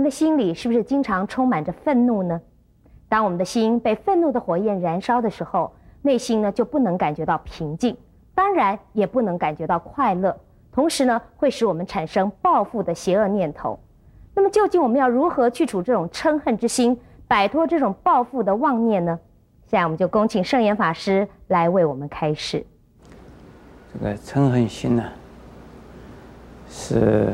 的心里是不是经常充满着愤怒呢？当我们的心被愤怒的火焰燃烧的时候，内心呢就不能感觉到平静，当然也不能感觉到快乐，同时呢会使我们产生报复的邪恶念头。那么究竟我们要如何去除这种嗔恨之心，摆脱这种报复的妄念呢？现在我们就恭请圣严法师来为我们开示。 这个嗔恨心呢，是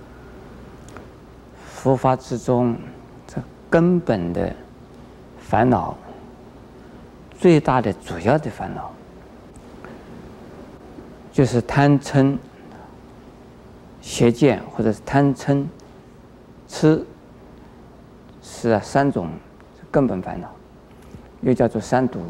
佛法之中这根本的烦恼，最大的主要的烦恼，就是贪嗔邪见，或者是贪嗔痴，是三种根本烦恼，又叫做三毒。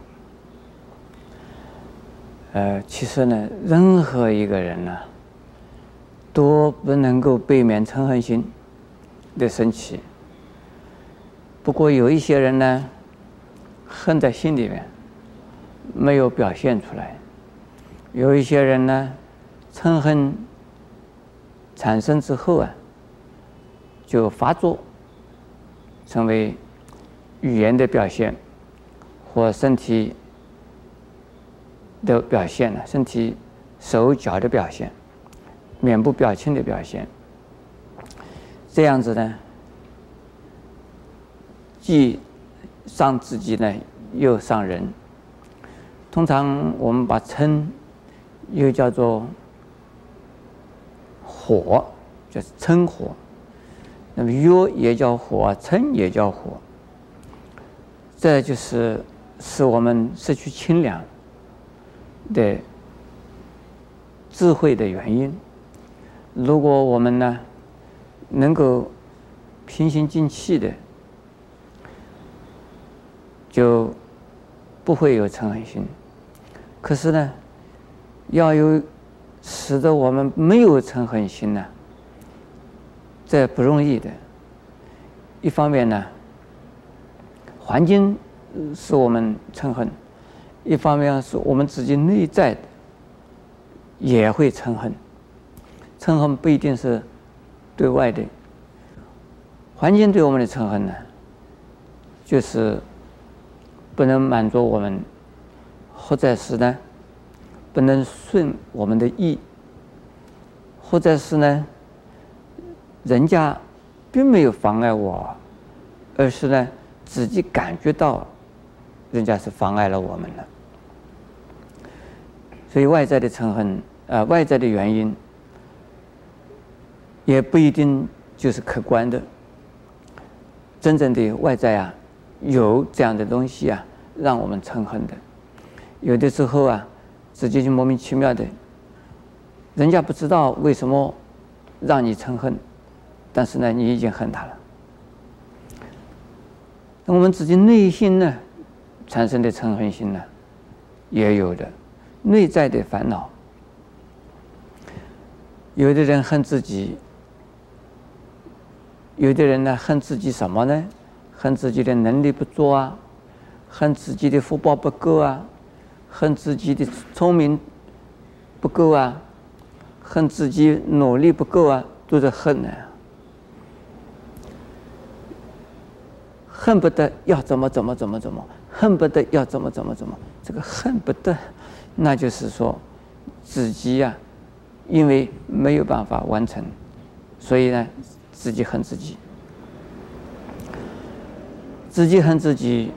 其实呢，任何一个人呢，都不能够避免嗔恨心的升起。不过有一些人呢，恨在心里面，没有表现出来；有一些人呢，嗔恨产生之后啊，就发作，成为语言的表现或身体的表现了，身体手脚的表现，面部表情的表现。这样子呢，既伤自己呢，又伤人。通常我们把嗔又叫做火，就是嗔火。那么忧也叫火，嗔也叫火。这就是使我们失去清凉的智慧的原因。如果我们呢能够平心静气的，就不会有嗔恨心。可是呢，要有使得我们没有嗔恨心呢，这不容易的。一方面呢，环境使我们嗔恨；一方面是我们自己内在的也会嗔恨。嗔恨不一定是对外的，环境对我们的嗔恨呢，就是不能满足我们，或者是呢不能顺我们的意，或者是呢人家并没有妨碍我，而是呢自己感觉到人家是妨碍了我们了。所以外在的嗔恨，外在的原因也不一定就是客观的。真正的外在啊，有这样的东西啊，让我们嗔恨的。有的时候啊，自己就莫名其妙的，人家不知道为什么让你嗔恨，但是呢，你已经恨他了。那我们自己内心呢产生的嗔恨心呢，也有的内在的烦恼。有的人恨自己，有的人呢恨自己什么呢？恨自己的能力不足啊，恨自己的福报不够啊，恨自己的聪明不够啊，恨自己努力不够啊，都是恨呢。恨不得要怎么，恨不得要怎么。这个恨不得，那就是说自己呀，因为没有办法完成，所以呢自己恨自己。自己恨自己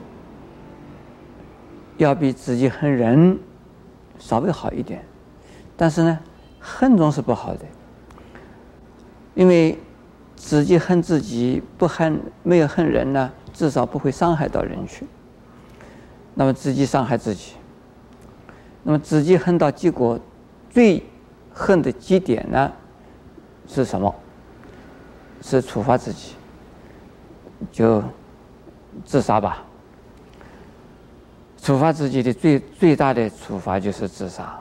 要比自己恨人稍微好一点，但是呢恨总是不好的，因为自己恨自己没有恨人呢，至少不会伤害到人去。那么自己伤害自己，那么自己恨到结果，最恨的极点呢是什么？是处罚自己，就自杀吧。处罚自己的最大的处罚就是自杀，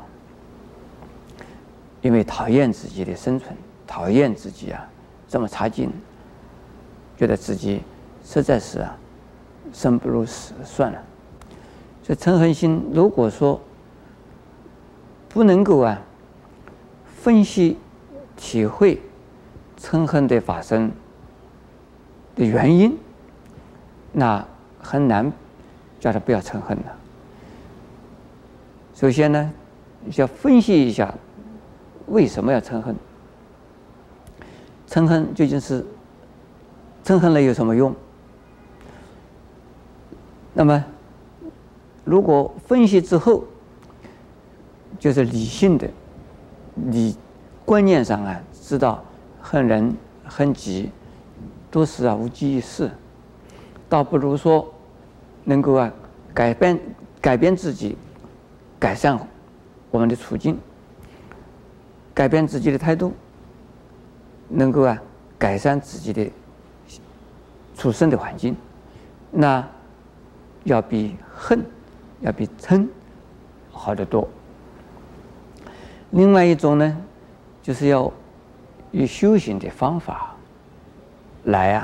因为讨厌自己的生存，讨厌自己啊这么差劲，觉得自己实在是啊生不如死，算了。所以嗔恨心如果说不能够啊分析体会嗔恨的发生的原因，那很难叫他不要嗔恨的。首先呢，要分析一下为什么要嗔恨，嗔恨究竟是嗔恨了有什么用？那么如果分析之后，就是理性的，你观念上啊，知道恨人恨己都是无济于事，倒不如说能够改变自己，改善我们的处境，改变自己的态度，能够改善自己的处身的环境，那要比恨，要比嗔好得多。另外一种呢，就是要以修行的方法来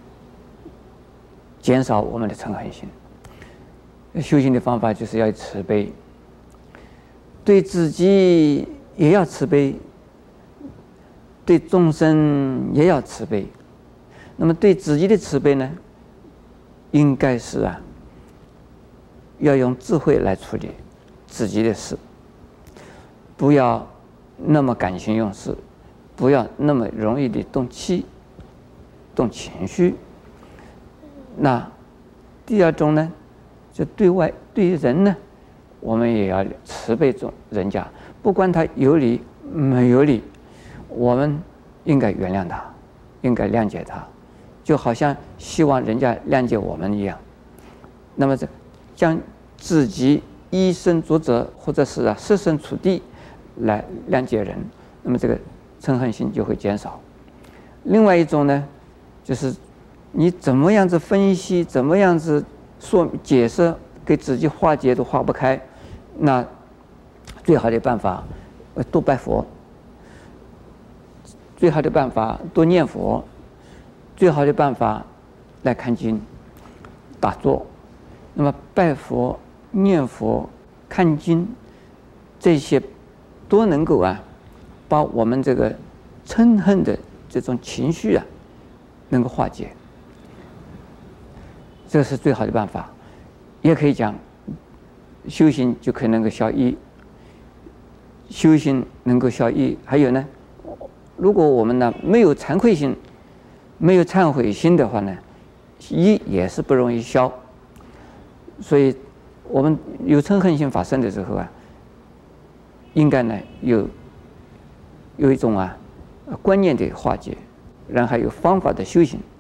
减少我们的嗔恨心。修行的方法就是要慈悲，对自己也要慈悲，对众生也要慈悲。那么对自己的慈悲呢，应该是要用智慧来处理自己的事，不要那么感情用事，不要那么容易的动气、动情绪。那第二种呢，就对于人呢，我们也要慈悲人家，不管他有理没有理，我们应该原谅他，应该谅解他，就好像希望人家谅解我们一样。那么将自己以身作则，或者是设身处地来谅解人，那么这个嗔恨心就会减少。另外一种呢，就是你怎么样子分析，怎么样子解释，给自己化解都化不开，那最好的办法多拜佛，最好的办法多念佛，最好的办法来看经打坐。那么拜佛、念佛、看经，这些都能够把我们这个嗔恨的这种情绪能够化解，这是最好的办法。也可以讲，修行就可以能够消疑，修行能够消疑。还有呢，如果我们呢没有惭愧心、没有忏悔心的话呢，疑也是不容易消。所以我们有嗔恨心发生的时候应该呢有一种观念的化解，然后还有方法的修行。